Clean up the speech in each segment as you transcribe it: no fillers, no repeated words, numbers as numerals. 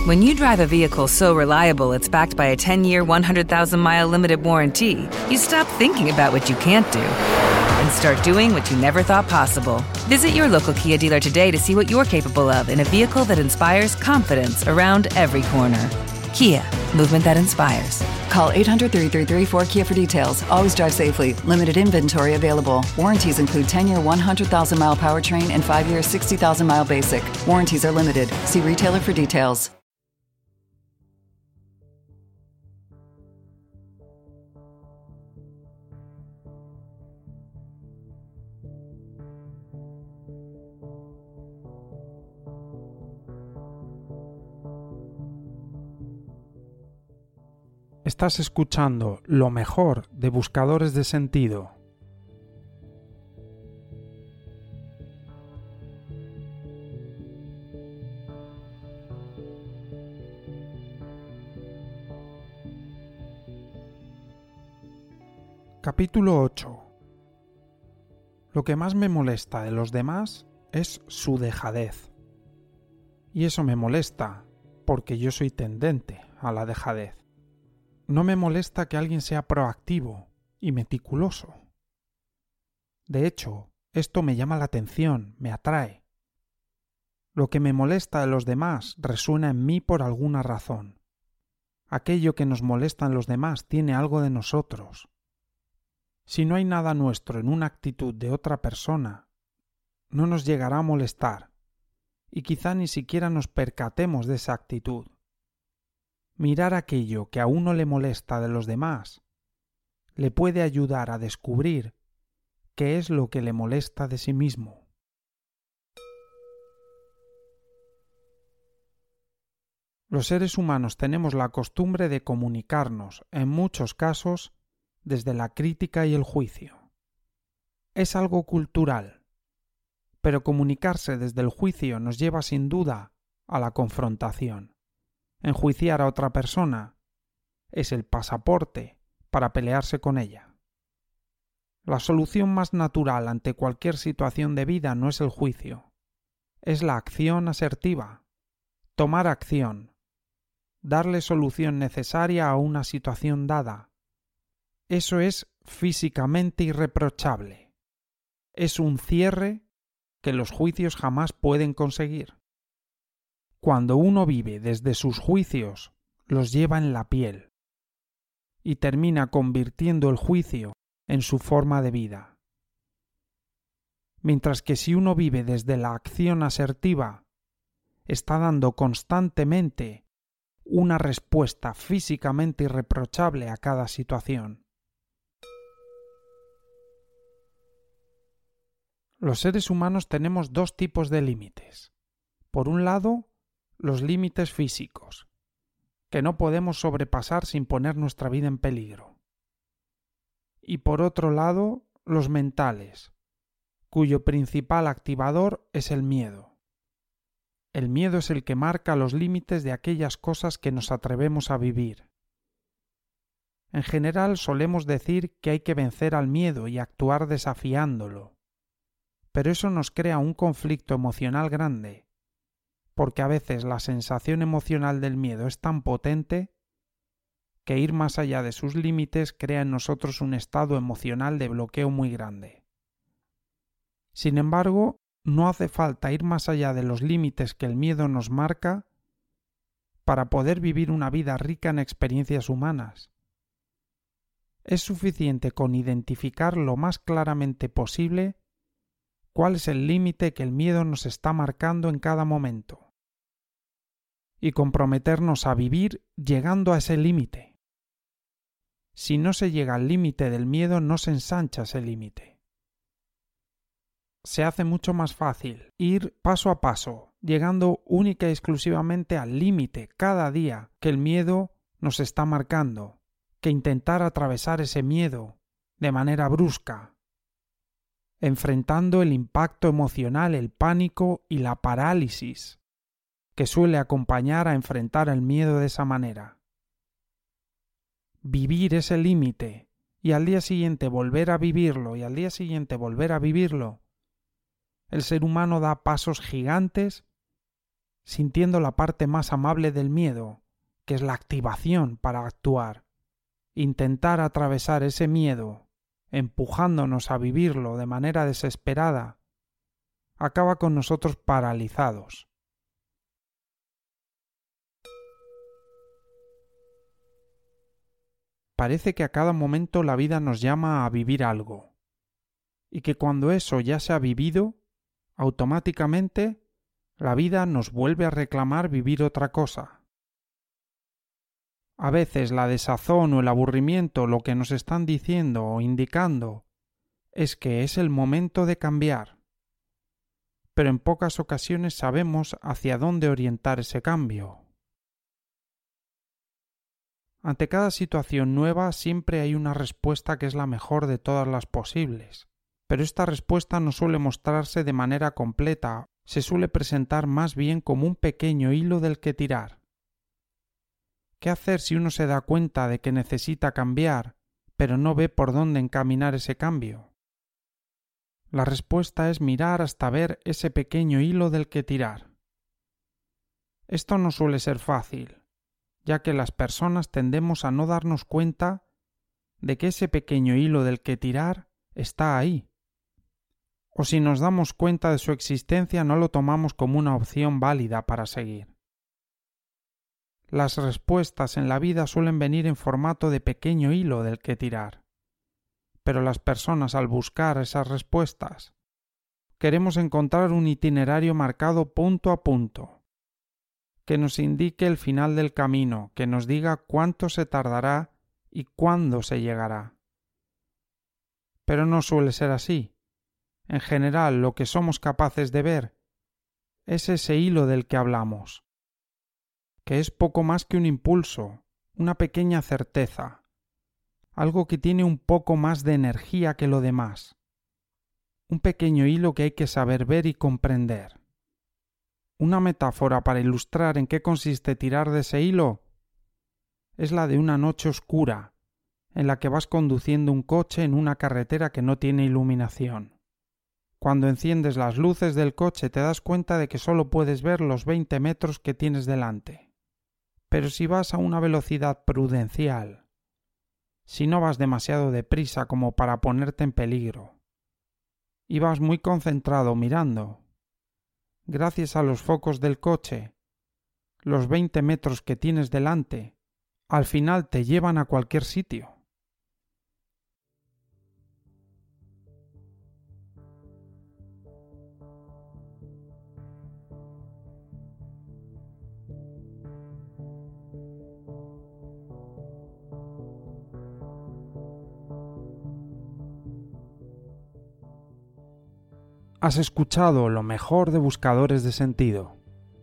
When you drive a vehicle so reliable it's backed by a 10-year, 100,000-mile limited warranty, you stop thinking about what you can't do and start doing what you never thought possible. Visit your local Kia dealer today to see what you're capable of in a vehicle that inspires confidence around every corner. Kia, movement that inspires. Call 800-333-4KIA for details. Always drive safely. Limited inventory available. Warranties include 10-year 100,000-mile powertrain and 5-year 60,000-mile basic. Warranties are limited. See retailer for details. Estás escuchando lo mejor de Buscadores de Sentido. Capítulo 8. Lo que más me molesta de los demás es su dejadez. Y eso me molesta porque yo soy tendente a la dejadez. No me molesta que alguien sea proactivo y meticuloso. De hecho, esto me llama la atención, me atrae. Lo que me molesta de los demás resuena en mí por alguna razón. Aquello que nos molesta en los demás tiene algo de nosotros. Si no hay nada nuestro en una actitud de otra persona, no nos llegará a molestar y quizá ni siquiera nos percatemos de esa actitud. Mirar aquello que a uno le molesta de los demás le puede ayudar a descubrir qué es lo que le molesta de sí mismo. Los seres humanos tenemos la costumbre de comunicarnos, en muchos casos, desde la crítica y el juicio. Es algo cultural, pero comunicarse desde el juicio nos lleva sin duda a la confrontación. Enjuiciar a otra persona es el pasaporte para pelearse con ella. La solución más natural ante cualquier situación de vida no es el juicio, es la acción asertiva, tomar acción, darle solución necesaria a una situación dada. Eso es físicamente irreprochable. Es un cierre que los juicios jamás pueden conseguir. Cuando uno vive desde sus juicios, los lleva en la piel y termina convirtiendo el juicio en su forma de vida. Mientras que si uno vive desde la acción asertiva, está dando constantemente una respuesta físicamente irreprochable a cada situación. Los seres humanos tenemos dos tipos de límites. Por un lado, los límites físicos, que no podemos sobrepasar sin poner nuestra vida en peligro. Y por otro lado, los mentales, cuyo principal activador es el miedo. El miedo es el que marca los límites de aquellas cosas que nos atrevemos a vivir. En general solemos decir que hay que vencer al miedo y actuar desafiándolo, pero eso nos crea un conflicto emocional grande, porque a veces la sensación emocional del miedo es tan potente que ir más allá de sus límites crea en nosotros un estado emocional de bloqueo muy grande. Sin embargo, no hace falta ir más allá de los límites que el miedo nos marca para poder vivir una vida rica en experiencias humanas. Es suficiente con identificar lo más claramente posible cuál es el límite que el miedo nos está marcando en cada momento y comprometernos a vivir llegando a ese límite. Si no se llega al límite del miedo, no se ensancha ese límite. Se hace mucho más fácil ir paso a paso, llegando única y exclusivamente al límite cada día que el miedo nos está marcando, que intentar atravesar ese miedo de manera brusca, enfrentando el impacto emocional, el pánico y la parálisis que suele acompañar a enfrentar el miedo de esa manera. Vivir ese límite y al día siguiente volver a vivirlo y al día siguiente volver a vivirlo. El ser humano da pasos gigantes sintiendo la parte más amable del miedo, que es la activación para actuar. Intentar atravesar ese miedo, empujándonos a vivirlo de manera desesperada, acaba con nosotros paralizados. Parece que a cada momento la vida nos llama a vivir algo, y que cuando eso ya se ha vivido, automáticamente la vida nos vuelve a reclamar vivir otra cosa. A veces la desazón o el aburrimiento lo que nos están diciendo o indicando es que es el momento de cambiar, pero en pocas ocasiones sabemos hacia dónde orientar ese cambio. Ante cada situación nueva siempre hay una respuesta que es la mejor de todas las posibles, pero esta respuesta no suele mostrarse de manera completa, se suele presentar más bien como un pequeño hilo del que tirar. ¿Qué hacer si uno se da cuenta de que necesita cambiar, pero no ve por dónde encaminar ese cambio? La respuesta es mirar hasta ver ese pequeño hilo del que tirar. Esto no suele ser fácil, ya que las personas tendemos a no darnos cuenta de que ese pequeño hilo del que tirar está ahí. O si nos damos cuenta de su existencia no lo tomamos como una opción válida para seguir. Las respuestas en la vida suelen venir en formato de pequeño hilo del que tirar. Pero las personas al buscar esas respuestas queremos encontrar un itinerario marcado punto a punto, que nos indique el final del camino, que nos diga cuánto se tardará y cuándo se llegará. Pero no suele ser así. En general, lo que somos capaces de ver es ese hilo del que hablamos, que es poco más que un impulso, una pequeña certeza, algo que tiene un poco más de energía que lo demás, un pequeño hilo que hay que saber ver y comprender. Una metáfora para ilustrar en qué consiste tirar de ese hilo es la de una noche oscura en la que vas conduciendo un coche en una carretera que no tiene iluminación. Cuando enciendes las luces del coche te das cuenta de que solo puedes ver los 20 metros que tienes delante. Pero si vas a una velocidad prudencial, si no vas demasiado deprisa como para ponerte en peligro, y vas muy concentrado mirando, gracias a los focos del coche, los 20 metros que tienes delante, al final te llevan a cualquier sitio. Has escuchado lo mejor de Buscadores de Sentido.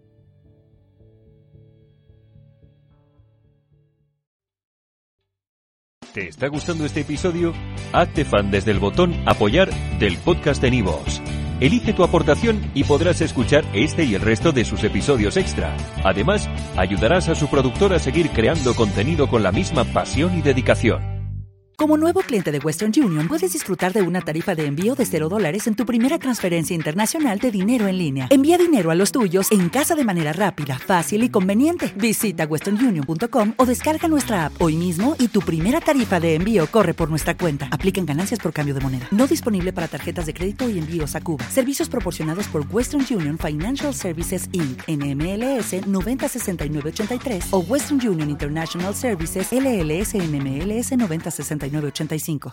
¿Te está gustando este episodio? Hazte fan desde el botón Apoyar del podcast de Nivos. Elige tu aportación y podrás escuchar este y el resto de sus episodios extra. Además, ayudarás a su productor a seguir creando contenido con la misma pasión y dedicación. Como nuevo cliente de Western Union, puedes disfrutar de una tarifa de envío de $0 en tu primera transferencia internacional de dinero en línea. Envía dinero a los tuyos en casa de manera rápida, fácil y conveniente. Visita westernunion.com o descarga nuestra app hoy mismo y tu primera tarifa de envío corre por nuestra cuenta. Aplican ganancias por cambio de moneda. No disponible para tarjetas de crédito y envíos a Cuba. Servicios proporcionados por Western Union Financial Services Inc. NMLS 906983 o Western Union International Services LLS NMLS 906985.